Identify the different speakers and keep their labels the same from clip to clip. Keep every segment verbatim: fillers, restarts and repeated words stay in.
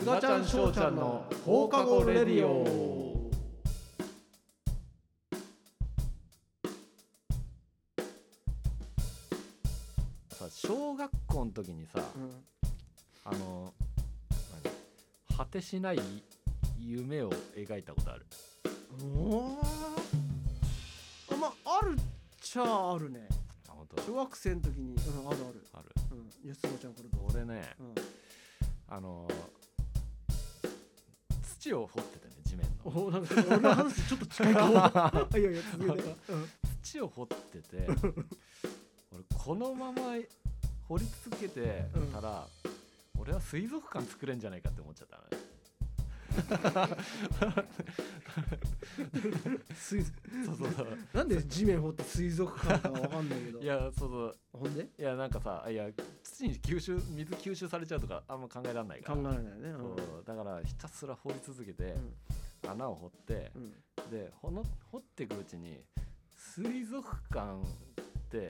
Speaker 1: すがちゃんしょうちゃんの放課後レディオ。さ、小学校の時にさ、うん、あの何果てしない夢を描いたことある？
Speaker 2: おー、まああるっちゃあるね。
Speaker 1: あ、本当？
Speaker 2: 小学生の時に、うん、あるある
Speaker 1: ある。
Speaker 2: うん、いや、すがちゃんこれどう？
Speaker 1: 俺ね、うん、あの土を掘っててね、地面の。
Speaker 2: お、なんか俺の話ちょっと近いかも。いやいや、続けて、うん、
Speaker 1: 土を掘ってて俺このまま掘り続けてたら、うん、俺は水族館作れんじゃないかって思っちゃったのね。
Speaker 2: 水族
Speaker 1: そうそうそう。
Speaker 2: なんで地面掘って水族館かわかんないけど。
Speaker 1: いや、そうそう。
Speaker 2: ほんで？
Speaker 1: いや、なんかさ、いや、土に吸収水吸収されちゃうとかあんま考えられないから。
Speaker 2: 考えられないね。うん、
Speaker 1: そうだからひたすら掘り続けて、うん、穴を掘って、うん、でほの掘っていくうちに水族館って、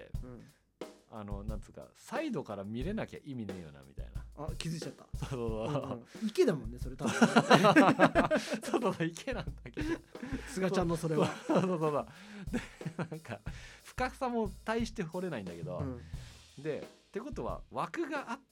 Speaker 1: うん、あのなんつうかサイドから見れなきゃ意味ねえよなみたいな。
Speaker 2: あ、気づいちゃった。
Speaker 1: そうそうそう、うんうん、
Speaker 2: 池だもんねそれ多分。
Speaker 1: そうそうそう、池なんだけど。
Speaker 2: すがちゃんのそれは。
Speaker 1: そうそうそうそう。でなんか深さも大して掘れないんだけど、うん、でってことは枠があって、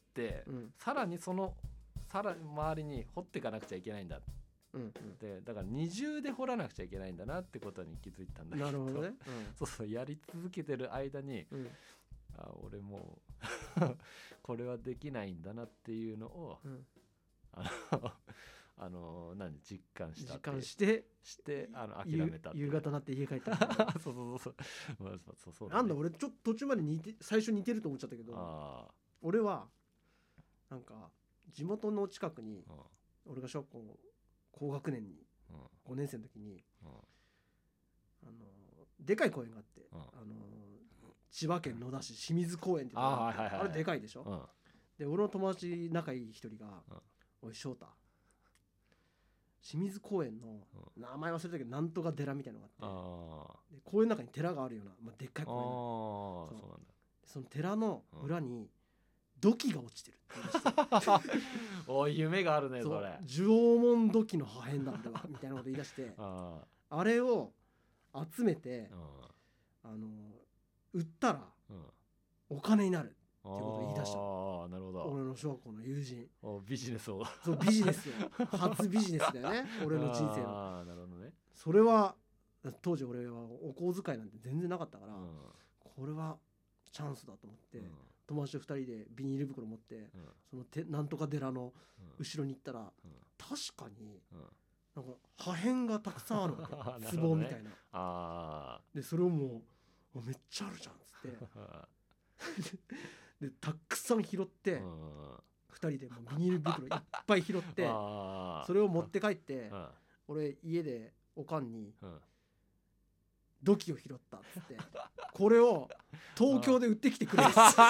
Speaker 1: うん、さらにそのさらに周りに掘っていかなくちゃいけないんだ。うんうん、でだから二重で掘らなくちゃいけないんだなってことに気づいたんだけど。
Speaker 2: なるほどね。うん、
Speaker 1: そうそう、やり続けてる間に、うん、あ、俺もうこれはできないんだなっていうのを、うん、あのあの何実感したって
Speaker 2: 実感して
Speaker 1: してあの諦めたって。
Speaker 2: 夕方になって家帰った。
Speaker 1: そうそうそうそう、まあ、そうそうだね。
Speaker 2: なんだ俺ちょっと途中まで似て最初似てると思っちゃったけど、あ、俺はなんか地元の近くに、俺が小学校高学年にごねん生の時に、うん、あのでかい公園があって、うん、あの千葉県野田市清水公園っていうのがあって、 あ,、はいはいはい、あれでかいでしょ、うん、で俺の友達仲いい一人が、うん、おい翔太、清水公園の名前忘れたけどなんとか寺みたいなのがあって、で公園の中に寺があるような、まあ、でっかい公園なの。そう、そうなんだ。その寺の裏に土器が落ちてるって
Speaker 1: おい、夢があるねそれ。
Speaker 2: 縄文土器の破片なんだわみたいなこと言い出してあ, あれを集めて、あの売ったらお金になるっていうことを言い出した。
Speaker 1: ああ、なるほど。
Speaker 2: 俺の小学校の友人。
Speaker 1: ビジネスを。
Speaker 2: そう、ビジネスを初ビジネスだよね俺の人生の。
Speaker 1: ああ、なるほどね。
Speaker 2: それは当時俺はお小遣いなんて全然なかったから、うん、これはチャンスだと思って、うん、友達とふたりでビニール袋持って、うん、そのてなんとか寺の後ろに行ったら、うん、確かに、うん、なんか破片がたくさんあるわけ。壺みたいな。あでそれをもうめっちゃあるじゃんっつってでたくさん拾って、うん、ふたりでもうビニール袋いっぱい拾ってそれを持って帰って、うん、俺家でおかんに、うん、土器を拾ったっつってこれを東京で売ってきてくれっつって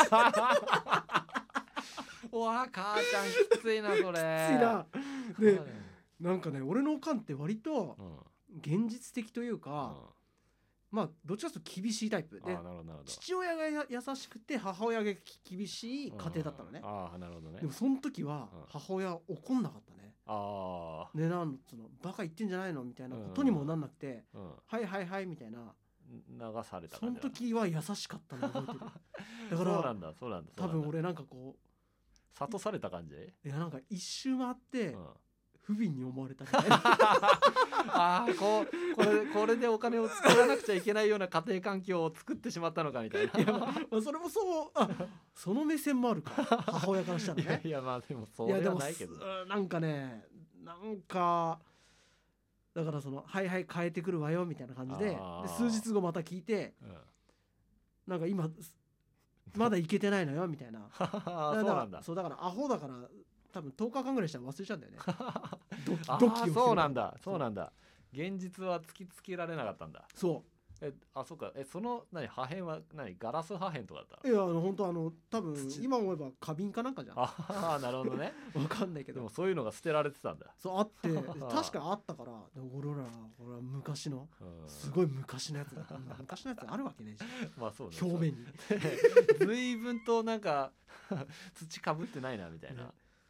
Speaker 1: うわ、母ちゃんきついなそれ。きつい
Speaker 2: な。でなんかね、俺のおかんって割と現実的というか、うん、まあどっちかというと厳しいタイプで、父親がや優しくて母親が厳しい家庭だったのね。
Speaker 1: ああ、なるほどね。
Speaker 2: でもその時は母親怒んなかったね。ああ。ね、なんつうのバカ言ってんじゃないのみたいなことにもなんなくて、うんうん、はいはいはいみたいな。
Speaker 1: 流された
Speaker 2: 感じ。その時は優しかったの覚えてる。だから
Speaker 1: そうなんだそうなんだ。
Speaker 2: 多分俺なんかこう
Speaker 1: 諭された感じ。
Speaker 2: いやなんか一周回って、うん、不憫に思われたみたいな。
Speaker 1: ああ、こうこれこれでお金を作らなくちゃいけないような家庭環境を作ってしまったのかみたいな。いや、
Speaker 2: まあ、それもそうあその目線もあるか母親からしたらね。いや、
Speaker 1: いやまあでもそうではないけど。
Speaker 2: なんかねなんかだからそのはいはい変えてくるわよみたいな感じ で, で数日後また聞いて、うん、なんか今まだいけてないのよみたいな。
Speaker 1: そうなんだ。
Speaker 2: そうだからアホだから多分とおかかんぐらいしたら忘れちゃうんだよね。
Speaker 1: ドキドキを。そうなんだそうなんだ。現実は突きつけられなかったんだ。
Speaker 2: そう。
Speaker 1: えあそうかえその何破片は何ガラス破片とかだった？
Speaker 2: いやあの本当あの多分今思えば花瓶かなんかじゃん。
Speaker 1: ああなるほどね。
Speaker 2: わかんないけど。
Speaker 1: でもそういうのが捨てられてたんだ。
Speaker 2: そうあって確かにあったから。でも俺ら俺は昔のすごい昔のやつだ。昔のやつあるわけねえじゃん。まあそうね。表面に。
Speaker 1: 随分となんか土かぶってないなみたいな。ね、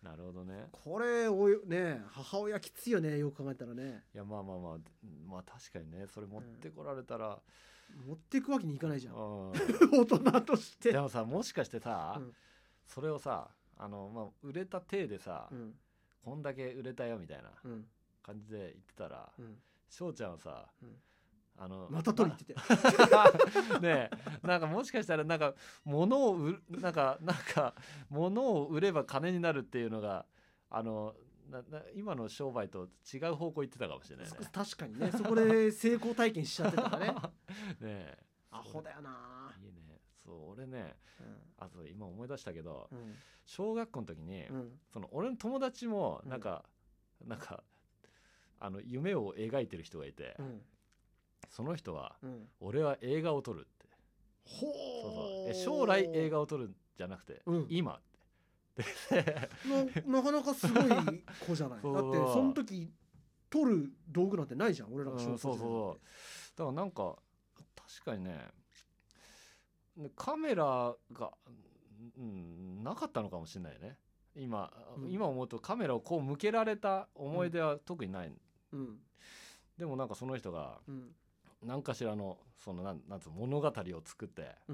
Speaker 1: なるほどね。
Speaker 2: これおいね母親きついよね、よく考えたらね。
Speaker 1: いやまあまあまあまあ確かにね、それ持ってこられたら、
Speaker 2: うん、持っていくわけにいかないじゃん、
Speaker 1: うん、
Speaker 2: 大人として。
Speaker 1: でもさ、もしかしてさ、
Speaker 2: うん、
Speaker 1: それをさ、あの、まあ、売れた体でさ、
Speaker 2: うん、
Speaker 1: こんだけ売れたよみたいな
Speaker 2: うん
Speaker 1: 感じで言ってたら、
Speaker 2: うん、
Speaker 1: 翔ちゃんはさ、
Speaker 2: うん、
Speaker 1: あの
Speaker 2: また取りに行
Speaker 1: っててねえ、なんかもしかしたらなんか物を売なんかなんか物を売れば金になるっていうのが、あのなな今の商売と違う方向行ってたかもしれないね。
Speaker 2: 確かにね、そこで成功体験しちゃってたからね
Speaker 1: ねえ、
Speaker 2: アホだよな。
Speaker 1: いいね。そう俺ね、
Speaker 2: うん、
Speaker 1: あと今思い出したけど、
Speaker 2: うん、
Speaker 1: 小学校の時に、
Speaker 2: うん、
Speaker 1: その俺の友達もなんか、うん、なんかあの夢を描いてる人がいて、うん、その人は、うん、俺は映画を撮るって。ほう、そうそう、え将来映画を撮るんじゃなくて、うん、今って
Speaker 2: な, なかなかすごい子じゃないそうだってその時撮る道具なんてないじゃん俺らが小学校時代なんて、うん、そうそう
Speaker 1: だからなんか確かにねカメラが、うん、なかったのかもしれないね。今、うん、今思うとカメラをこう向けられた思い出は特にない、うん、でもなんかその人が、うん、何かしらのそのなんなんつう物語を作って、うん、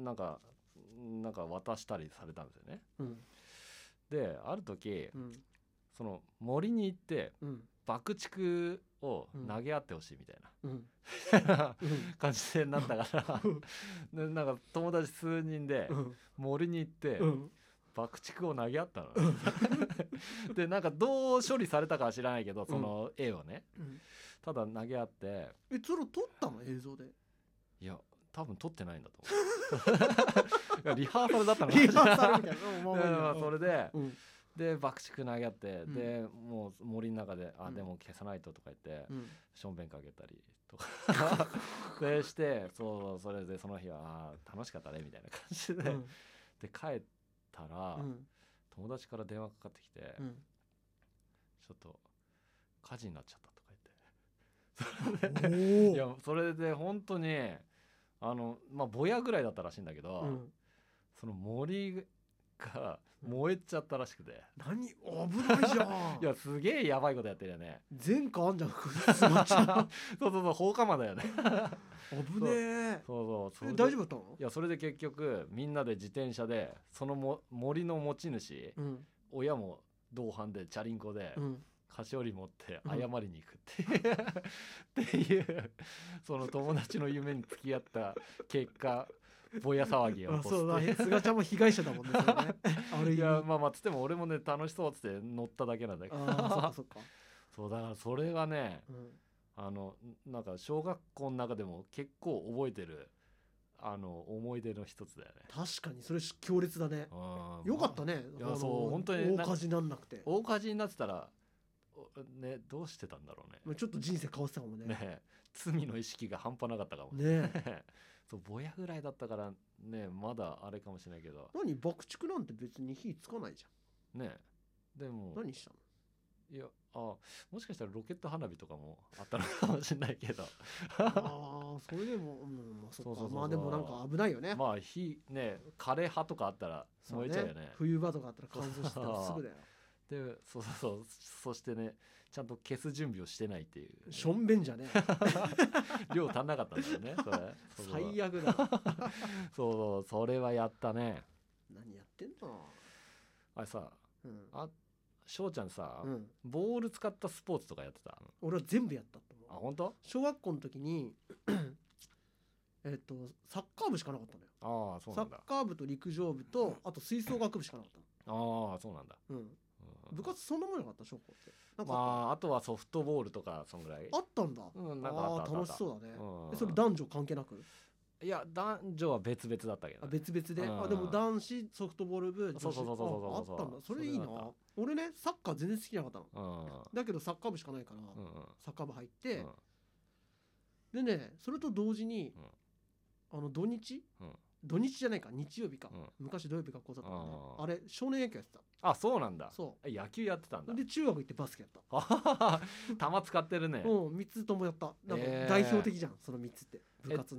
Speaker 1: なんかなんか渡したりされたんですよね、うん、である時、うん、その森に行って、うん、爆竹を投げ合ってほしいみたいな、うん、感じでなったからでなんか友達数人で森に行って、うん、爆竹を投げ合ったのでなんかどう処理されたかは知らないけどその絵をね、うん、ただ投げ合って。
Speaker 2: えそれを撮ったの映像で？
Speaker 1: いや多分撮ってないんだと思ういやリハーサルだったのか
Speaker 2: リハーサルみたいな
Speaker 1: まあそれで、うん、で爆竹投げ合って、うん、でもう森の中であ、うん、でも消さないととか言って、うん、しょんべんかけたりとかでしてそうそれでその日はあ楽しかったねみたいな感じで、うん、で帰ったら、うん、友達から電話かかってきて、うん、ちょっと火事になっちゃったとか言っていやそれで本当にあのまあぼやぐらいだったらしいんだけど、うん、その森が燃えちゃったらしくて、
Speaker 2: うん、何危ないじゃん
Speaker 1: いやすげえやばいことやってるよね。
Speaker 2: 前科あんじゃんそう
Speaker 1: そうそう放火魔だよね
Speaker 2: 危ねえ。
Speaker 1: そうそうそう
Speaker 2: 大丈夫だったの？
Speaker 1: いやそれで結局みんなで自転車でそのも森の持ち主、うん、親も同伴でチャリンコで、うん菓子折り持って謝りに行くっていう、うん、っていうその友達の夢に付き合った結果ぼや騒ぎを起こす。
Speaker 2: そうだね、菅ちゃんも被害者だもんね。それね
Speaker 1: あれいやまあまあつっても俺もね楽しそうっつって乗っただけなんだけど。あそっかそうだからそれがね、うん、あのなんか小学校の中でも結構覚えてるあの思い出の一つだよね。
Speaker 2: 確かにそれ強烈だね。よかったね。
Speaker 1: いやそう本当に
Speaker 2: 大火事になんなくて。
Speaker 1: 大火事になってたらね、どうしてたんだろうね。
Speaker 2: ちょっと人生変わってたかもね。
Speaker 1: ね罪の意識が半端なかったかも
Speaker 2: ね。
Speaker 1: そうぼやぐらいだったからねまだあれかもしれないけど。
Speaker 2: 何爆竹なんて別に火つかないじゃ
Speaker 1: ん。ねでも
Speaker 2: 何したの？
Speaker 1: いやあもしかしたらロケット花火とかもあったのかもしれないけど
Speaker 2: ああそれでも、うん、まあ、そっかそうそうそうまあでもなんか危ないよね。
Speaker 1: まあ火ね枯れ葉とかあったら燃えちゃうよね。ね
Speaker 2: 冬場とかあったら乾燥してたらすぐだよ
Speaker 1: でそうそうそうそしてねちゃんと消す準備をしてないっていう、
Speaker 2: ね、しょんべんじゃね
Speaker 1: 量足んなかったんだよねそれ
Speaker 2: 最悪だ
Speaker 1: そうそうそれはやったね。
Speaker 2: 何やってんの
Speaker 1: あれさ、うん、あ翔ちゃんさ、うん、ボール使ったスポーツとかやってた？
Speaker 2: 俺は全部やったと思う。
Speaker 1: あ本当？
Speaker 2: 小学校の時にえっとサッカー部しかなかったのよ。
Speaker 1: ああそうなんだ。
Speaker 2: サッカー部と陸上部とあと吹奏楽部しかなかった
Speaker 1: の。ああそうなんだ。
Speaker 2: うん。部活そんなもんなかった小学校って。
Speaker 1: なんか あ,、まあ、あとはソフトボールとかそんぐらい
Speaker 2: あったんだ。
Speaker 1: うん、なんかあったあった
Speaker 2: 楽しそうだね、うん、それ男女関係なく？
Speaker 1: いや男女は別々だったけど、ね、
Speaker 2: あ別々で、うん、あでも男子ソフトボール部女子
Speaker 1: そうそうそうそうそう
Speaker 2: あったんだ。それいいな。俺ねサッカー全然好きじゃなかったの、うん、だけどサッカー部しかないから、うん、サッカー部入って、うん、でねそれと同時に、うん、あの土日、うん土日じゃないか日曜日か、うん、昔土曜日学校だったんで あ, あれ少年野球やってた。
Speaker 1: あそうなんだ。
Speaker 2: そう
Speaker 1: 野球やってたんだ。
Speaker 2: で中学行ってバスケやった
Speaker 1: 球使ってるね。
Speaker 2: うんみっつともやった。なんか代表的じゃん、えー、そのみっつって部活の中で。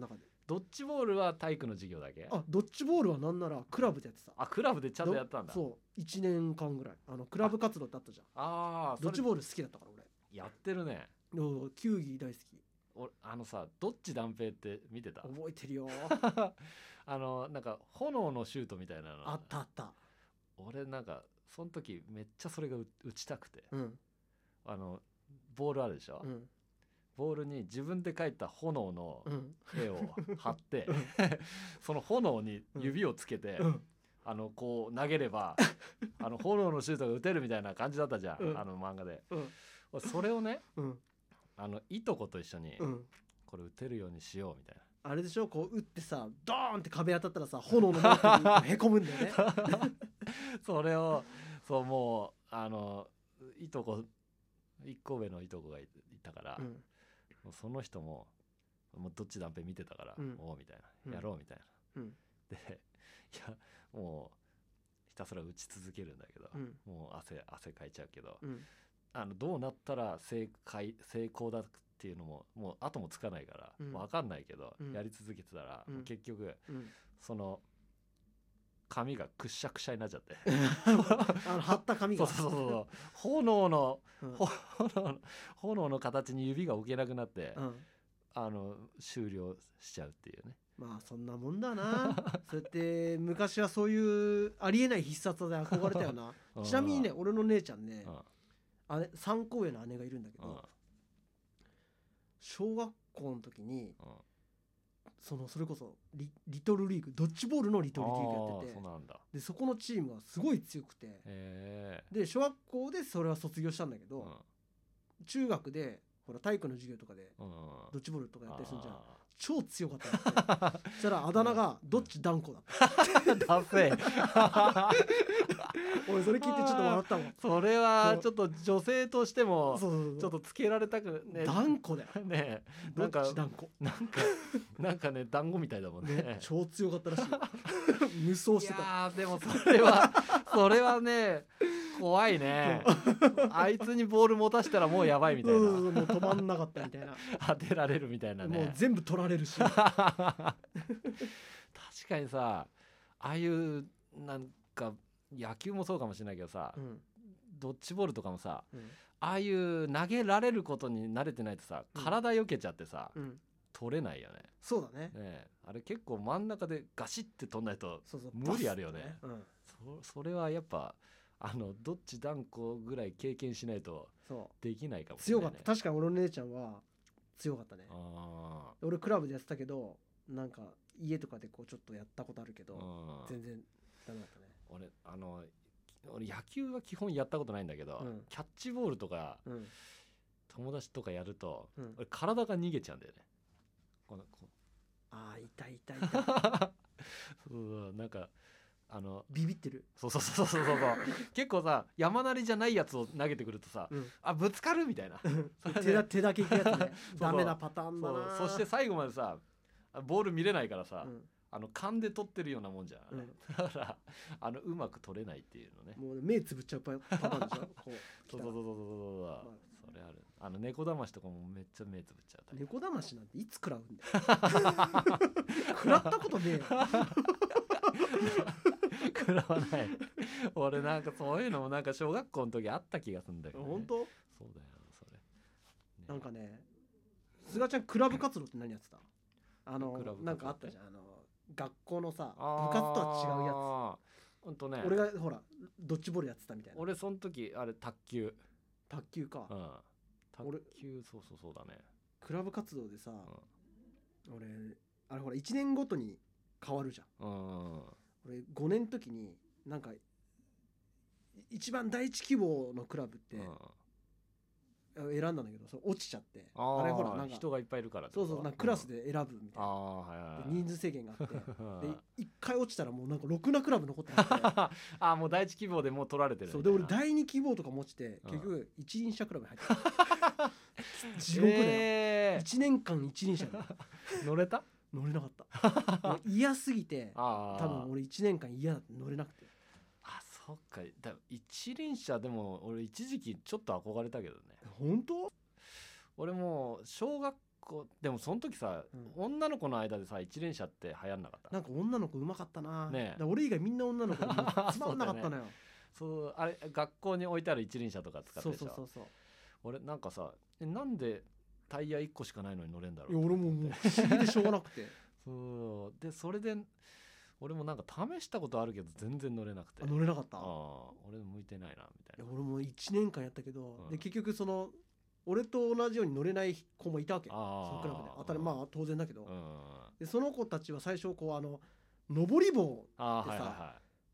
Speaker 1: ドッジボールは体育の授業だけ？
Speaker 2: あ、ドッジボールはなんならクラブでやってた。
Speaker 1: あ、クラブでちゃんとやったんだ。
Speaker 2: そういちねんかんぐらいあのクラブ活動ってあったじゃん。
Speaker 1: ああ、
Speaker 2: ドッジボール好きだったから俺。
Speaker 1: やってるね。
Speaker 2: 球技大好き。
Speaker 1: 俺あのさ、どっち断平って見てた？
Speaker 2: 覚えてるよ
Speaker 1: あのなんか炎のシュートみたいなの
Speaker 2: あったあった。
Speaker 1: 俺なんかその時めっちゃそれが打ちたくて、
Speaker 2: うん、
Speaker 1: あのボールあるでしょ、うん、ボールに自分で描いた炎の絵を貼って、うん、その炎に指をつけて、うん、あのこう投げればあの炎のシュートが打てるみたいな感じだったじゃん、うん、あの漫画で、うん、それをね、うん、あのいとこと一緒に、うん、これ打てるようにしようみたいな。
Speaker 2: あれでしょ、こう打ってさドーンって壁当たったらさ炎の中にへこむんだよね
Speaker 1: それをそうもうあのいとこ一個上のいとこがいたから、うん、もうその人ももうどっち断平見てたから、うん、おうみたいな、やろうみたいな、うん、でいやもうひたすら打ち続けるんだけど、うん、もう汗汗かいちゃうけど、うん、あのどうなったら正解成功だっていうのももう後もつかないから、うん、分かんないけど、うん、やり続けてたら、うん、結局、うん、その髪がくしゃくしゃになっちゃって
Speaker 2: あの張った髪が
Speaker 1: そうそうそう炎の、うん、炎の炎の形に指が置けなくなって、うん、あの終了しちゃうっていうね。
Speaker 2: まあそんなもんだなそうやって昔はそういうありえない必殺技で憧れたよなちなみにね俺の姉ちゃんね、うん、姉さんこ上の姉がいるんだけど、うん、小学校の時に、うん、そのそれこそ リ, リトルリーグドッジボールのリトルリーグやってて、
Speaker 1: そうなんだ。
Speaker 2: でそこのチームはすごい強くて、へで小学校でそれは卒業したんだけど、うん、中学でほら体育の授業とかでドッジボールとかやったりするじゃん、超強かったってそしたらあだ名がどっち断固だった
Speaker 1: ダセ
Speaker 2: 俺それ聞いてちょっと笑ったもん。
Speaker 1: それはちょっと女性としてもちょっとつけられたくね。
Speaker 2: 断固だよ
Speaker 1: ね。
Speaker 2: なんか断固
Speaker 1: なんかなんかね団子みたいだもんね。ね
Speaker 2: 超強かったらしい無双してた。
Speaker 1: いやでもそれはそれはね怖いねあいつにボール持たせたらもうやばいみたいな。
Speaker 2: そうそうそうもう止まんなかったみたいな
Speaker 1: 当てられるみたいなね。
Speaker 2: もう全部取られるし
Speaker 1: 確かにさああいうなんか野球もそうかもしれないけどさ、うん、ドッジボールとかもさ、うん、ああいう投げられることに慣れてないとさ、うん、体避けちゃってさ、うん、取れないよね。
Speaker 2: そうだ ね,
Speaker 1: ねあれ結構真ん中でガシッて取んないと無理あるよね。そうそう、うん、そ, それはやっぱあのどっち断固ぐらい経験しないとできないかもしれない、ね、
Speaker 2: 強かった。確かに俺の姉ちゃんは強かったね。あ俺クラブでやってたけどなんか家とかでこうちょっとやったことあるけど全然ダメだったね。
Speaker 1: 俺あの俺野球は基本やったことないんだけど、うん、キャッチボールとか、うん、友達とかやると、うん、俺体が逃げちゃうんだよね。このこ
Speaker 2: あー痛い痛い痛い
Speaker 1: そうなんかあの
Speaker 2: ビビってる。
Speaker 1: そうそうそうそうそう結構さ山なりじゃないやつを投げてくるとさ、うん、あぶつかるみたいな
Speaker 2: 手だ手だけいくやつねダメなパターンだな。
Speaker 1: そ, そして最後までさボール見れないからさ、うん、あの勘で取ってるようなもんじゃん、うん、だからあのうまく取れないっていうのね。
Speaker 2: もう目つぶっちゃうパターンでしょこう
Speaker 1: そうそうそうそうそうそう、まあ、それある。あの猫だましとかもめっちゃ目つぶっちゃう。
Speaker 2: 猫だましなんていつ食らうんだよ食らったことねえよ
Speaker 1: 食らわない俺なんかそういうのもなんか小学校の時あった気がするんだけど、ね、
Speaker 2: 本当？
Speaker 1: そうだよそれ、ね、
Speaker 2: なんかね菅ちゃんクラブ活動って何やってた？あのなんかあったじゃんあの学校のさ部活とは違うやつ。
Speaker 1: ほんとね
Speaker 2: 俺がほらドッジボールやってたみたいな。
Speaker 1: 俺その時あれ卓球
Speaker 2: 卓球か、うん、
Speaker 1: 卓球そうそうそうだね。
Speaker 2: クラブ活動でさ、うん、俺あれほらいちねんごとに変わるじゃん、うん、俺ごねんの時になんか一番第一希望のクラブって、うん、選んだんだけどそれ落ちちゃって。 あ, あれほらなんか
Speaker 1: 人がいっぱいいるから
Speaker 2: そうそうなんかクラスで選ぶみたいな、うんあはいはい、人数制限があってで一回落ちたらもうなんかろくなクラブ残ってなくて
Speaker 1: あもう第一希望でもう取られてる。
Speaker 2: そうで俺第二希望とかも落ちて結局一輪車クラブに入って地獄だよ、えー、いちねんかん一輪車
Speaker 1: 乗れた？
Speaker 2: 乗れなかった嫌すぎて多分俺いちねんかん嫌だって乗れなくて。
Speaker 1: あそっかだ一輪車でも俺一時期ちょっと憧れたけどね。
Speaker 2: 本当？
Speaker 1: 俺も小学校でもその時さ、うん、女の子の間でさ一輪車って流行んなかった？
Speaker 2: なんか女の子うまかったな、
Speaker 1: ね、
Speaker 2: だ俺以外みんな女の子でつまんなかったのよ
Speaker 1: そう、あれ学校に置いてある一輪車とか使ってるでしょ。
Speaker 2: そうそうそうそう。
Speaker 1: 俺なんかさ、えなんでタイヤいっこしかないのに乗れんだろう。
Speaker 2: いや俺ももう不思議でしょうがなくて
Speaker 1: そうでそれで俺もなんか試したことあるけど全然乗れなくて。
Speaker 2: 乗れなかった。あ
Speaker 1: 俺向いてないなみたいな。
Speaker 2: いや俺もいちねんかんやったけど、
Speaker 1: うん、
Speaker 2: で結局その俺と同じように乗れない子もいたわけ。そのクラブで当たりまあ当然だけど、うん、でその子たちは最初こうあの上り棒ってさ、はいはいはい、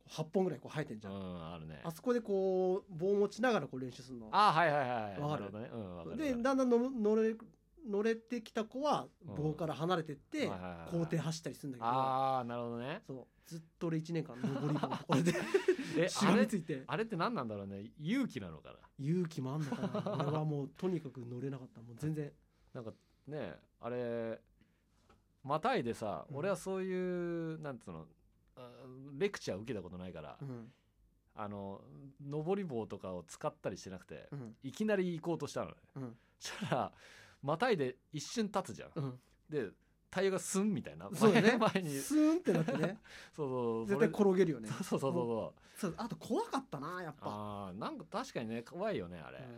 Speaker 2: はっぽんぐらいこう生えてんじゃん、うん、あるね、あそこでこう棒を持ちながらこう練習するの。
Speaker 1: あはいはいはい、
Speaker 2: わかる、
Speaker 1: ね、うん、わかる。
Speaker 2: でだんだんの乗れ乗れてきた子は棒から離れてって、うん、校庭走ったりするんだけど、
Speaker 1: ああなるほどね。
Speaker 2: そうずっと俺いちねんかん上り棒のところでしがみついて、
Speaker 1: あれって何なんだろうね。勇気なのかな。
Speaker 2: 勇気もあんのかな俺はもうとにかく乗れなかった。もう全然
Speaker 1: なんかねあれまたいでさ、うん、俺はそういうなんつうのレクチャー受けたことないから、うん、あの上り棒とかを使ったりしてなくて、うん、いきなり行こうとしたのね、うん、そしたらまたいで一瞬立つじゃん、うん、でタイヤがスンみたいな、
Speaker 2: そうだね、
Speaker 1: 前に
Speaker 2: スンってなってねそうそう絶対転げるよね。
Speaker 1: そうそうそうそう、
Speaker 2: あと怖かったなやっぱ。
Speaker 1: あなんか確かにね怖いよねあれ、うん、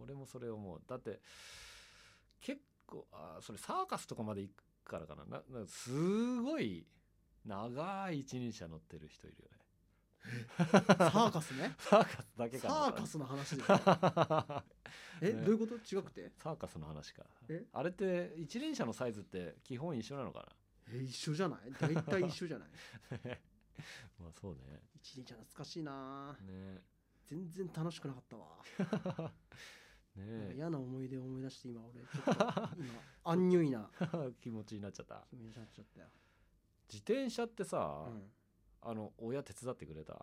Speaker 1: 俺もそれ思う。だって結構あそれサーカスとかまで行くからかな、ななすごい長い一輪車乗ってる人いるよね
Speaker 2: サーカスね
Speaker 1: サーカスだけかな。
Speaker 2: サーカスの話でえ、ね、どういうこと？違くて
Speaker 1: サーカスの話か。えあれって一輪車のサイズって基本一緒なのかな。
Speaker 2: え一緒じゃない？大体一緒じゃない
Speaker 1: まあそうね。
Speaker 2: 一輪車懐かしいな、ね、全然楽しくなかったわね、嫌な思い出を思い出して今俺ちょっと今アンニュイな
Speaker 1: 気持ちになっちゃった。
Speaker 2: 気持ちになっちゃったよ。
Speaker 1: 自転車ってさ、うん、あの親手伝ってくれた？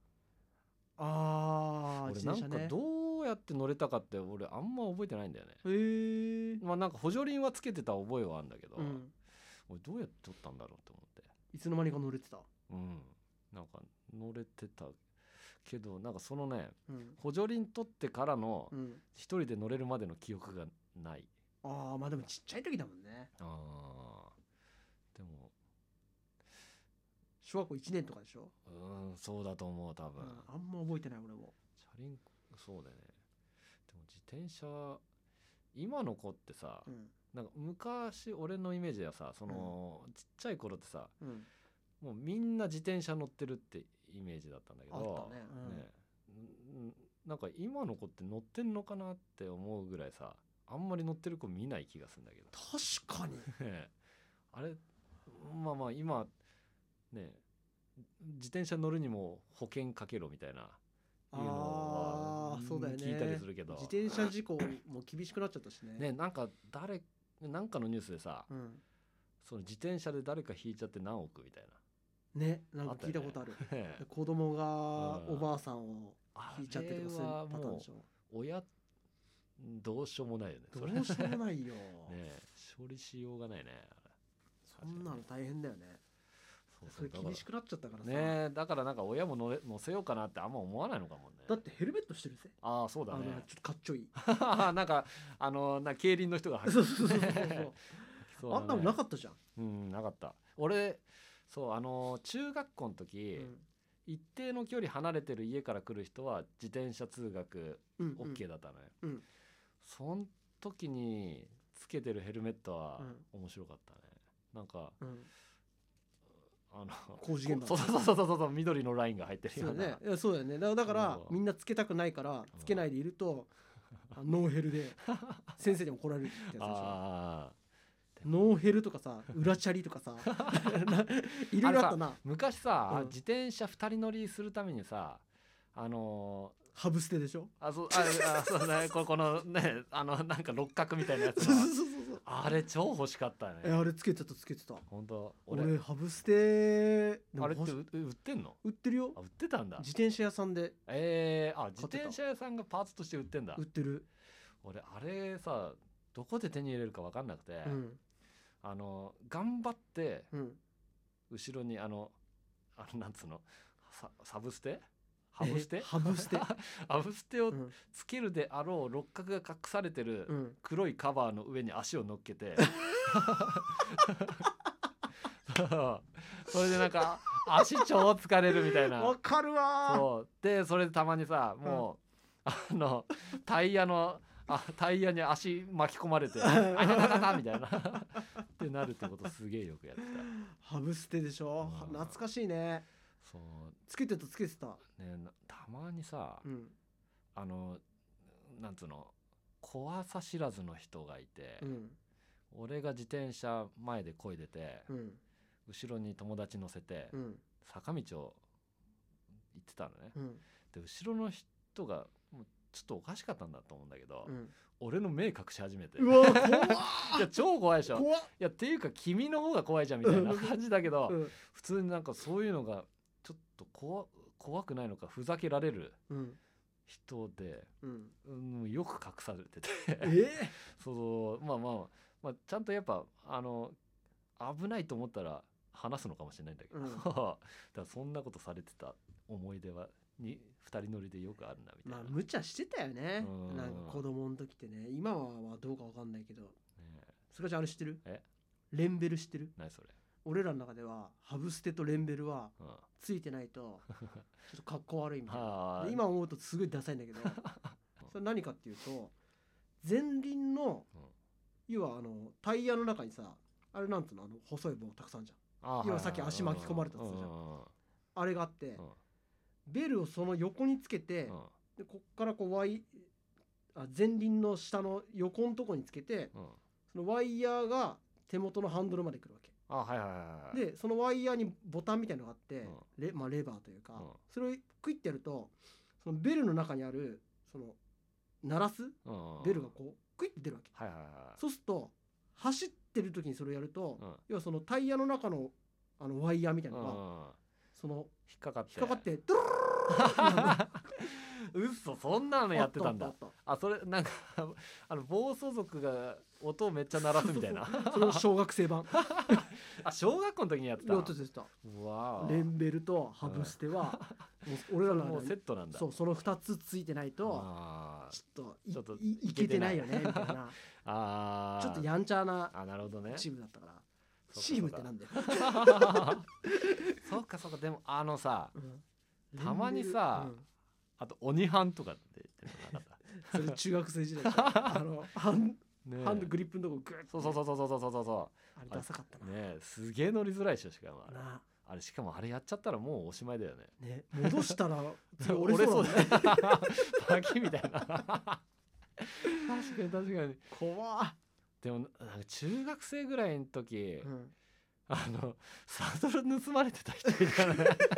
Speaker 2: あ
Speaker 1: 俺なんかどうやって乗れたかって俺あんま覚えてないんだよね。へえ。まあなんか補助輪はつけてた覚えはあるんだけど、うん、俺どうやって取ったんだろうって思って。
Speaker 2: いつの間にか乗れてた。
Speaker 1: うんなんか乗れてたけどなんかそのね、うん、補助輪取ってからの一人で乗れるまでの記憶がない、
Speaker 2: うん、ああまあでもちっちゃい時だもんね。あ
Speaker 1: あでも
Speaker 2: 小学校いちねんとかでしょ。
Speaker 1: うんそうだと思う多分、うん、
Speaker 2: あんま覚えてない俺も。
Speaker 1: チャリンそうだよね。でも自転車今の子ってさ、うん、なんか昔俺のイメージではさその、うん、ちっちゃい頃ってさ、うん、もうみんな自転車乗ってるってイメージだったんだけど、
Speaker 2: あったね、
Speaker 1: うん、ねなんか今の子って乗ってんのかなって思うぐらいさあんまり乗ってる子見ない気がするんだけど。
Speaker 2: 確かに
Speaker 1: あれまあまあ今ね自転車乗るにも保険かけろみたいないうのは聞いたりするけど、
Speaker 2: 自転車事故も厳しくなっちゃったしね。
Speaker 1: ねなんか誰なんかのニュースでさ、うん、その自転車で誰か引いちゃって何億みたい
Speaker 2: なねなんか聞いたことある。あ、ね、子供がおばあさんを引いちゃってとかそういうパターンでしょ。
Speaker 1: 親どうしようもないよね。
Speaker 2: どうしようもないよ
Speaker 1: ね処理しようがないね。
Speaker 2: そんなの大変だよね。それ厳しくなっちゃったからさ
Speaker 1: ね。だからなんか親も乗れ乗せようかなってあんま思わないのかもね。
Speaker 2: だってヘルメットしてるぜ。
Speaker 1: ああそうだね。
Speaker 2: あのちょっとかっちょいい
Speaker 1: なんかあのな競輪の人が入って
Speaker 2: るそうそうそうそう、あんなのなかったじゃん。
Speaker 1: うんなかった。俺そうあの中学校の時、うん、一定の距離離れてる家から来る人は自転車通学 OK だったのよ、うんうん、その時につけてるヘルメットは面白かったね。なんか、うんあの
Speaker 2: 工事現場、
Speaker 1: そうそうそうそうそう緑のラインが入ってるような。
Speaker 2: そうだね。いやそうだよね。だから、だからみんなつけたくないからつけないでいると、うん、ノーヘルで先生にも来られるってやつでしょ。あノーヘルとかさ裏チャリとかさいろいろあったな。
Speaker 1: 昔さ、うん、自転車ふたり乗りするためにさあのー
Speaker 2: ハブステでしょ。
Speaker 1: あそうああそうねここのねあのなんか六角みたいなやつあれ超欲しかったね。
Speaker 2: えあれつけてたつけてた。
Speaker 1: 本当
Speaker 2: 俺, 俺ハブステ
Speaker 1: あれって売ってんの？
Speaker 2: 売ってるよ。
Speaker 1: あ売ってたんだ。
Speaker 2: 自転車屋さんで。
Speaker 1: えー、あ自転車屋さんがパーツとして売ってんだ。
Speaker 2: 売ってる。
Speaker 1: 俺あれさどこで手に入れるか分かんなくて、うん、あの頑張って、うん、後ろにあのあのなんつうの サ, サブステハブステ
Speaker 2: ハブステ
Speaker 1: ハブステをつけるであろう六角が隠されてる黒いカバーの上に足を乗っけて、それでなんか足超疲れるみたいな。
Speaker 2: わかるわ。
Speaker 1: そうでそれでたまにさもう、うん、あのタイヤのあタイヤに足巻き込まれてあたたたみたいなってなるってことすげえよくやってた。
Speaker 2: ハブステでしょ、うん、懐かしいね。そうつけてたつけてた、
Speaker 1: ね、たまにさ、うん、あのなんつうの怖さ知らずの人がいて、うん、俺が自転車前で漕いでて、うん、後ろに友達乗せて、うん、坂道を行ってたのね、うん、で後ろの人がもうちょっとおかしかったんだと思うんだけど、うん、俺の目隠し始めて、
Speaker 2: うわ怖
Speaker 1: いや超怖いでしょ。怖いやっていうか君の方が怖いじゃんみたいな感じだけど、うん、普通になんかそういうのがちょっと 怖, 怖くないのかふざけられる人で、うんうん、よく隠されててえー、そうまあまあ、まあ、ちゃんとやっぱあの危ないと思ったら話すのかもしれないんだけど、うん、だからそんなことされてた思い出はにふたり乗りでよくあるなみたいな。
Speaker 2: まあ無茶してたよね、うん、なんか子供の時ってね。今はどうか分かんないけど、ね、それじゃあれ知ってる？えレンベル知ってる？
Speaker 1: 何それ？
Speaker 2: 俺らの中ではハブステとレンベルはついてないとちょっとかっこ悪いみたいな今思うとすごいダサいんだけどそれ何かっていうと前輪の、うん、要はあのタイヤの中にさあれなんつうのあの細い棒たくさんじゃん。要はさっき足巻き込まれたやつじゃん。あれがあって、うん、ベルをその横につけて、うん、でこっからこうワイあ前輪の下の横のとこにつけて、うん、そのワイヤーが手元のハンドルまで来るわけ。
Speaker 1: あ、はいはいはい、
Speaker 2: でそのワイヤーにボタンみたいなのがあって、うん レ, まあ、レバーというか、うん、それをクイッてやるとそのベルの中にあるその鳴らす、うん、ベルがこうクイッて出るわけ、はいはいはい、そうすると走ってる時にそれをやると、うん、要はそのタイヤの中のあのワイヤーみたいなのが、うん、その
Speaker 1: 引っかかって
Speaker 2: 引っかかってドゥルルル
Speaker 1: うっそそんなのやってたんだ。 あ, あ, あそれなんかあの暴走族が音をめっちゃ鳴らすみたいな
Speaker 2: その小学生版
Speaker 1: あ小学校の時にやってた。
Speaker 2: やってた。わレンベルとハブステは、うん、もう俺らの
Speaker 1: もうセットなんだ。
Speaker 2: そうそのふたつついてないとちょっと い, ちょっと い, いけてないよねみたいなあちょっとやんちゃなチームだったから。チームってなんだよ
Speaker 1: そうかそうか。でもあのさ、うん、たまにさ、うん、あと鬼ハンとかって言ってるのなかった
Speaker 2: それ中学生時代あのハン、ね、ハンドグリップのとこグッ
Speaker 1: そうそうそうそうそうそうそうそう
Speaker 2: あれダサかったな。
Speaker 1: ねすげえ乗りづらいでしょ。しかもあれなあれしかもあれやっちゃったらもうおしまいだよね。
Speaker 2: ね戻したら
Speaker 1: 折れそうだねバキみたいな確かに確かに
Speaker 2: 怖っ。で
Speaker 1: もなんか中学生ぐらいの時、うん、あのサドル盗まれてた人いたね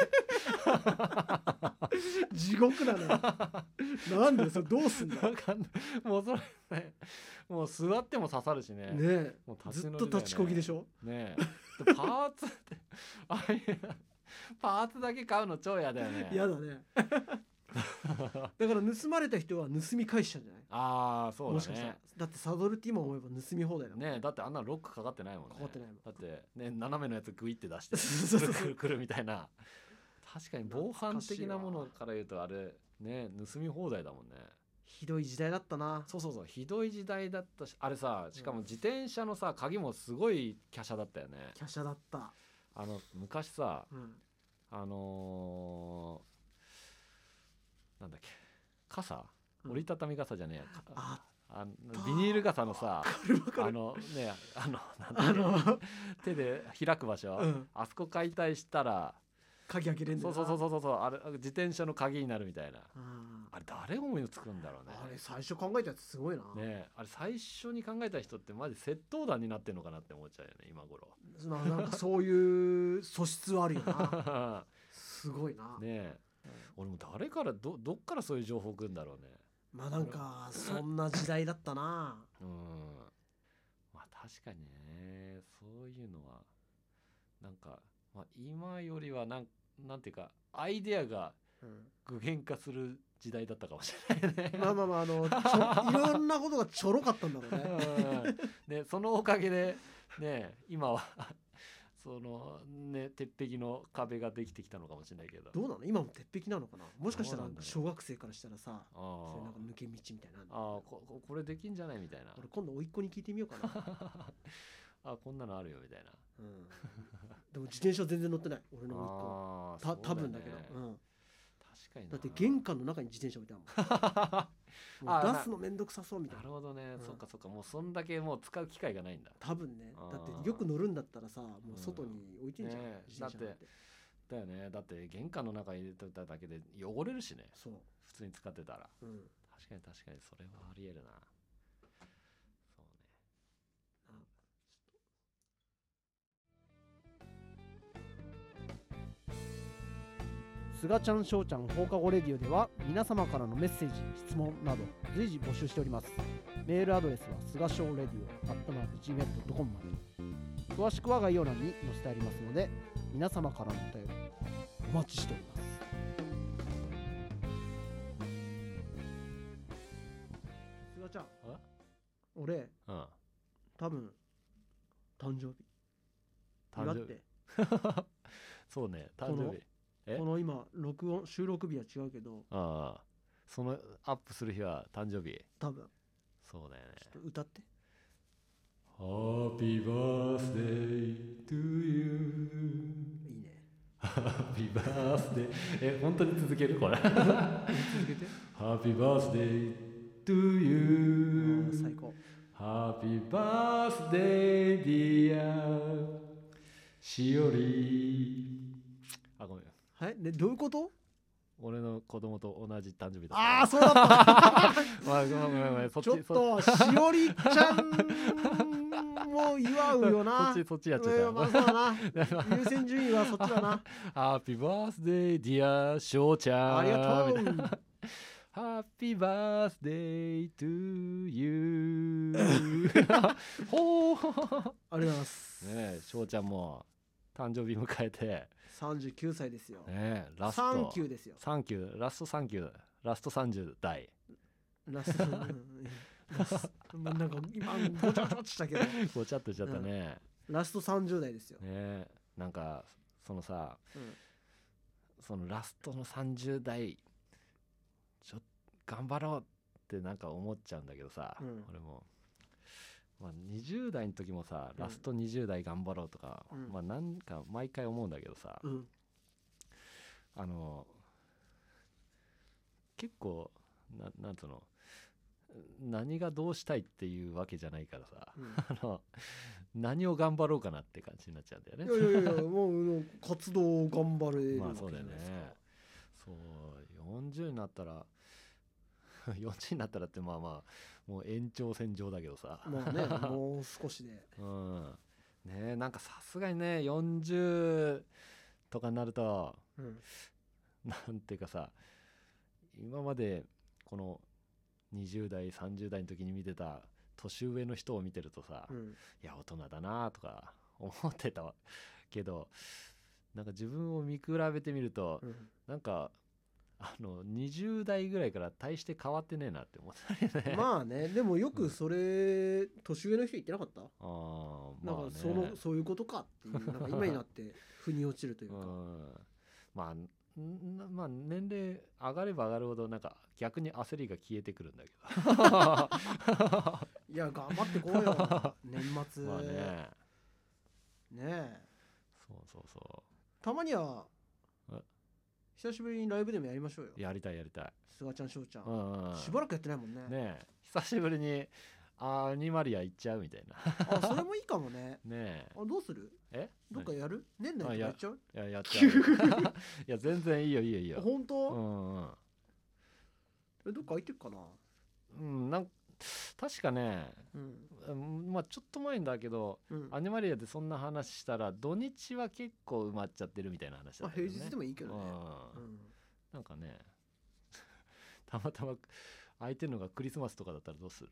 Speaker 2: 地獄だねなんでそれどうすんだ
Speaker 1: わかんないもうそれねもう座っても刺さるしね。
Speaker 2: ねもう立ち乗りだよね。ずっと立ちこぎでしょ。
Speaker 1: ねパーツってああいうパーツだけ買うの超嫌だよね。
Speaker 2: 嫌だねだから盗まれた人は盗み返しちゃうんじゃない？
Speaker 1: ああそうだね。もしかしたら
Speaker 2: だってサドルって今思えば盗み放題だもん
Speaker 1: ね。だってあんなロックかかってないもんね。
Speaker 2: かかってないもん。
Speaker 1: だってね斜めのやつグイって出してくるくるくるみたいな確かに防犯的なものから言うとあれね盗み放題だもんね。
Speaker 2: ひどい時代だったな。
Speaker 1: そうそうそうひどい時代だったしあれさしかも自転車のさ鍵もすごい華奢だったよね。
Speaker 2: 華奢だった。
Speaker 1: あの昔さ、うん、あのー、なんだっけ傘、うん、折りたたみ傘じゃねえやああビニール傘のさあのねあのなんだろう手で開く場所、うん、あそこ解体したら
Speaker 2: 鍵開けれんだよな。
Speaker 1: そうそうそうそうそうあれ自転車の鍵になるみたいな。あれ誰思いつくんだろうね。
Speaker 2: あれ最初考えたやつすごいな。
Speaker 1: ねあれ最初に考えた人ってマジ窃盗団になってんのかなって思っちゃうよね今頃。
Speaker 2: なんかそういう素質はあるよなすごいな。
Speaker 1: ねえ、うん、俺も誰からどどっからそういう情報くんだろうね。
Speaker 2: まあなんかそんな時代だったな
Speaker 1: うんまあ確かにねそういうのはなんか、まあ、今よりはなんなんていうかアイデアが具現化する時代だったかもしれないね
Speaker 2: まあまあまああのちょいろんなことがちょろかったんだろうね
Speaker 1: でそのおかげでね今はそのね鉄壁の壁ができてきたのかもしれないけど、
Speaker 2: どうなの今も鉄壁なのかな。もしかしたら小学生からしたらさ、そういうなんか抜け道みたいな、
Speaker 1: ああ こ, これできんじゃないみたいな。
Speaker 2: 俺今度甥っ子に聞いてみようかな
Speaker 1: あこんなのあるよみたいな、
Speaker 2: うん、でも自転車全然乗ってない俺の甥っ子。た多分だけど、うん、
Speaker 1: 確かに
Speaker 2: だって玄関の中に自転車置いてあるもんもう出すのめんどくさそうみたいな。
Speaker 1: なるほどね、
Speaker 2: うん、
Speaker 1: そっかそっか、もうそんだけもう使う機会がないんだ
Speaker 2: 多分ね。だってよく乗るんだったらさ、もう外に置いてんじゃん、うんね、自転車なんて。
Speaker 1: だよね、だって玄関の中に入れてただけで汚れるしね。
Speaker 2: そう
Speaker 1: 普通に使ってたら、
Speaker 2: うん、
Speaker 1: 確かに確かにそれはありえるな。そうね。
Speaker 2: すがちゃんしょうちゃん放課後レディオでは皆様からのメッセージ質問など随時募集しております。メールアドレスはすがしょうレディオアットマーク ジーメールドットコム まで。詳しくは概要欄に載せてありますので、皆様からのお便りお待ちしております。すがちゃん、俺、うん、多分誕生日祝って
Speaker 1: そうね、誕生日。
Speaker 2: この今録音収録日は違うけど、
Speaker 1: ああそのアップする日は誕生日
Speaker 2: 多分。
Speaker 1: そうだよね。
Speaker 2: ちょっと歌って。
Speaker 1: Happy birthday to you。 いいね。 Happy birthday え本当に続けるこれ続けて。 Happy birthday to you。
Speaker 2: 最高。
Speaker 1: Happy birthday dear しおり。あごめん。
Speaker 2: はい、ね、どういうこと？
Speaker 1: 俺の子供と同じ誕生日だ。
Speaker 2: ああ、そうだった。
Speaker 1: まあ、ごめんごめんごめん。そっち
Speaker 2: ちょっとしおりちゃんも祝うよな。
Speaker 1: そっちそっちやっちゃった。
Speaker 2: まあ、そうだな。優先順位はそっちだな。
Speaker 1: ハッピーバースデーディアしょうちゃん。
Speaker 2: ありがとう。
Speaker 1: ハッピーバースデートゥーユー。ほー。ありがとう
Speaker 2: ございます。
Speaker 1: ねえ、しょうちゃんも誕生日迎えて。
Speaker 2: さんじゅうきゅうさいですよ。
Speaker 1: ね、ラスト
Speaker 2: サンキューですよ。
Speaker 1: サンキューラストサンキューラストさんじゅう代
Speaker 2: ラスト、うん、ラスなんか今ごちゃごちゃしたけど
Speaker 1: ごちゃっとしちゃったね、
Speaker 2: うん、ラストさんじゅう代ですよ
Speaker 1: ね。なんかそのさ、うん、そのラストのさんじゅう代ちょっと頑張ろうってなんか思っちゃうんだけどさ、うん、俺もまあ、にじゅう代の時もさ、うん、ラストにじゅう代頑張ろうとか、うん、まあなんか毎回思うんだけどさ、うん、あの結構 な, なんつうの何がどうしたいっていうわけじゃないからさ、うん、あの何を頑張ろうかなって感じになっちゃうんだよね。
Speaker 2: いやいやいやもう活動を頑張れる
Speaker 1: まあそうだよね。そうよんじゅうになったらよんじゅうになったらってまあまあもう延長線上だけどさ、
Speaker 2: まあねもう少しで、
Speaker 1: うんね、なんかさすがにねよんじゅうとかになると、うん、なんていうかさ今までこのにじゅう代さんじゅう代の時に見てた年上の人を見てるとさ、うん、いや大人だなとか思ってたけどなんか自分を見比べてみると、うん、なんかあのにじゅう代ぐらいから大して変わってねえなって思ったりね。
Speaker 2: まあねでもよくそれ、うん、年上の人言ってなかった？ああ、まあね、なんかそのそういうことかっていうなんか今になって腑に落ちるというか、うん、
Speaker 1: まあまあ年齢上がれば上がるほどなんか逆に焦りが消えてくるんだけど
Speaker 2: いや頑張ってこうよ年末
Speaker 1: まあね
Speaker 2: ねえ
Speaker 1: そうそうそう
Speaker 2: たまには久しぶりにライブでもやりましょうよ。
Speaker 1: やりたいやりたい。
Speaker 2: すがちゃんしょうちゃん、
Speaker 1: うんうん、
Speaker 2: しばらくやってないもんね。
Speaker 1: ねえ久しぶりにアニマリア行っちゃうみたいな
Speaker 2: あそれもいいかもね。
Speaker 1: ねえ
Speaker 2: あどうする？えどっかやる？年内とかやっちゃう？
Speaker 1: いややっちゃういや全然いいよいいよいいよ。
Speaker 2: 本当？
Speaker 1: うんうん。
Speaker 2: えどっか空いてるかな？
Speaker 1: うんなん確かね、うん、まあちょっと前んだけど、うん、アニマリアでそんな話したら土日は結構埋まっちゃってるみたいな話だったよね。
Speaker 2: 平日でもいいけどね、
Speaker 1: うんうん、なんかねたまたま空いてるのがクリスマスとかだったらどうする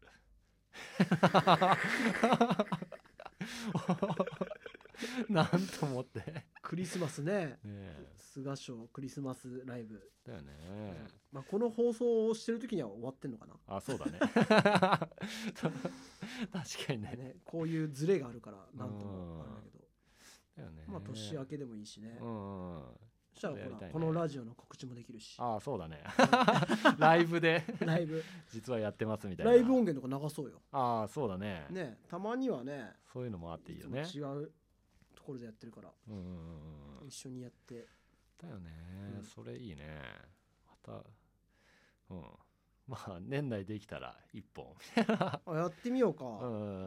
Speaker 1: なんと思って
Speaker 2: クリスマスね菅賞クリスマスライブ
Speaker 1: だよね、
Speaker 2: まあ、この放送をしてる時には終わってんのかな。
Speaker 1: あそうだね確かに ね,
Speaker 2: ねこういうズレがあるからなんともあれだけど
Speaker 1: だよね。
Speaker 2: まあ年明けでもいいしね、
Speaker 1: うんうんうん、
Speaker 2: そしたらほら、ね、このラジオの告知もできるし。
Speaker 1: ああそうだねライブで
Speaker 2: ライブ
Speaker 1: 実はやってますみたいな
Speaker 2: ライブ音源とか流そうよ。
Speaker 1: ああそうだね。
Speaker 2: ねたまにはね
Speaker 1: そういうのもあっていいよね。
Speaker 2: 違うところでやってるから、
Speaker 1: うんうんうん、
Speaker 2: 一緒にやって
Speaker 1: だよね、
Speaker 2: うん、
Speaker 1: それいいね。またうんまあ年内できたら一本
Speaker 2: あやってみようか、
Speaker 1: うん、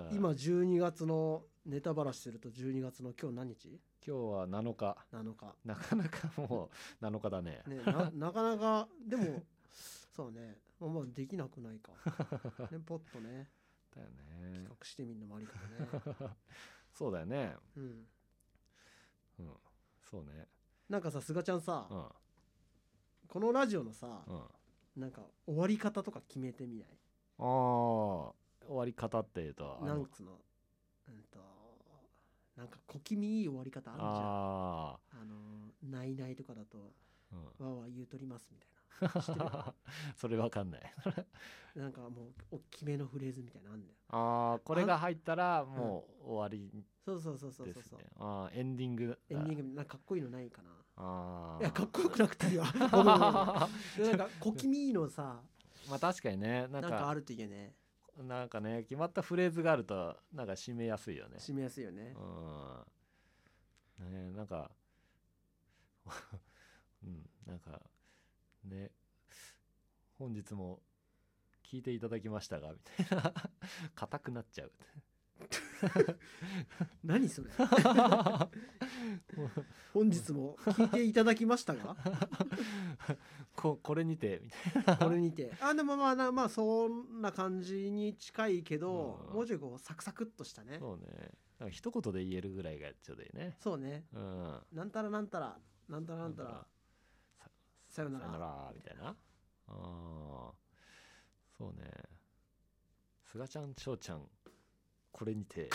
Speaker 2: 今じゅうにがつのネタばらしするとじゅうにがつの今日何日？
Speaker 1: 今日はなのか。
Speaker 2: なのか。
Speaker 1: なかなかもうなのかだね。
Speaker 2: ね な, なかなかでもそうね、まあできなくないかね、ポッとね
Speaker 1: だよね、
Speaker 2: 企画してみるのもありかもね
Speaker 1: そうだよね。
Speaker 2: うん、
Speaker 1: うん、そうね。
Speaker 2: なんかさすがちゃんさ、
Speaker 1: うん、
Speaker 2: このラジオのさ、
Speaker 1: うん、
Speaker 2: なんか終わり方とか決めてみない？
Speaker 1: ああ終わり方っていうと
Speaker 2: なんつのうんとなんか小気味いい終わり方あるじゃん。ああのないないとかだと、うん、わーわー言うとりますみたいな知ってる
Speaker 1: それわかんない
Speaker 2: なんかもう大きめのフレーズみたいなのあんだよ。
Speaker 1: ああこれが入ったらもう終わり、ね、
Speaker 2: そうそうそうそうそう。
Speaker 1: あエンディング
Speaker 2: エンディングなんかかっこいいのないかな。
Speaker 1: あ
Speaker 2: いやかっこよくなくていいわなんか小気味いいのさ
Speaker 1: まあ確かにねなんか、
Speaker 2: なんかあるといいよね。
Speaker 1: なんかね決まったフレーズがあるとなんか締めやすいよね。
Speaker 2: 締めやすいよね。
Speaker 1: うんねなんかうんなんかね本日も聞いていただきましたがみたいな硬くなっちゃう
Speaker 2: 何それ本日も聞いていただきましたが
Speaker 1: こ, これにてみたいな
Speaker 2: これにてあでもまあまあそんな感じに近いけど、うん、もうちょいこうサクサクっとしたね。
Speaker 1: そうねなんか一言で言えるぐらいがちょうどいいね。
Speaker 2: そうね、うん、なんたらなんたらなんたらなんたらさ, さよなら
Speaker 1: さよならみたいな。あそうねすがちゃんしょうちゃんこれにて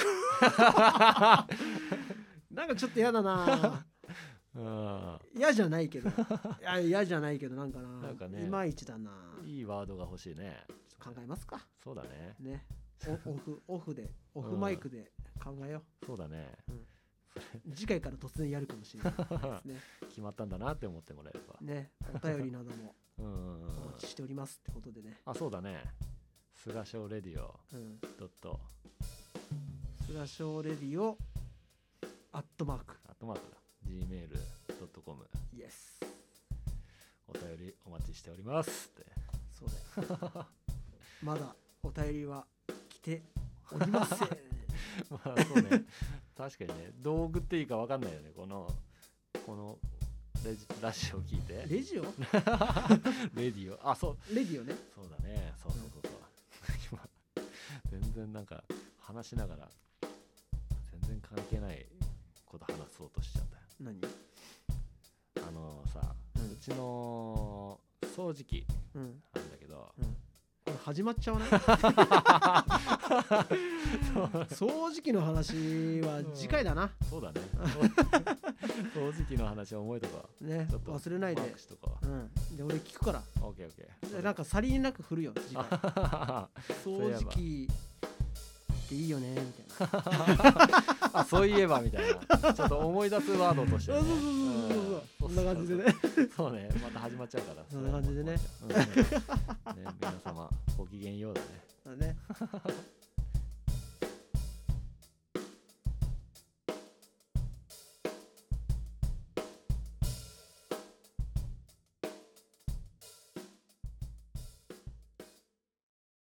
Speaker 2: なんかちょっと嫌だな嫌じゃないけどいや嫌じゃないけどなんか な, なんか、ね、いまいちだな。
Speaker 1: いいワードが欲しいね。
Speaker 2: 考えますか。
Speaker 1: そうだね
Speaker 2: ねオフオフでオフマイクで考えよ
Speaker 1: う、うん、そうだね、
Speaker 2: うん、次回から突然やるかもしれないですね
Speaker 1: 決まったんだなって思ってもらえれば
Speaker 2: ねお便りなどもお待ちしておりますってことでね。
Speaker 1: あそうだねすがしょうレディオドット
Speaker 2: すがしょうレディオアットマーク
Speaker 1: アットマークだ ジーメールドットコム
Speaker 2: イエス
Speaker 1: お便りお待ちしておりますって。
Speaker 2: そうだよまだお便りは来ておりません
Speaker 1: まあそうね確かにねどう送っていいか分かんないよねこのこのレジラジオ聞いて
Speaker 2: レジオ
Speaker 1: レディオあそう
Speaker 2: レディオね
Speaker 1: そうだねそうそうそうそう今全然なんか話しながら全然関係ないこと話そうとしちゃったよ。
Speaker 2: 何
Speaker 1: あのさ、うん、うちの掃除機なんだけど、うんうん
Speaker 2: これ始まっちゃわない掃除機の話は次回だな、うん、
Speaker 1: そうだね掃除機の話は覚えとか
Speaker 2: ねちょっと忘れないで、うん、で俺聞くから。
Speaker 1: オッケーオッケー。
Speaker 2: なんかさりげなく振るよ次回掃除機っていいよねみたいな
Speaker 1: あそういえばみたいなちょっと思い出すワードとしてね
Speaker 2: そんな感じでね
Speaker 1: そうねまた始まっちゃうから
Speaker 2: そんな感じでね、
Speaker 1: うん、ね皆様ごきげんようだね。
Speaker 2: だね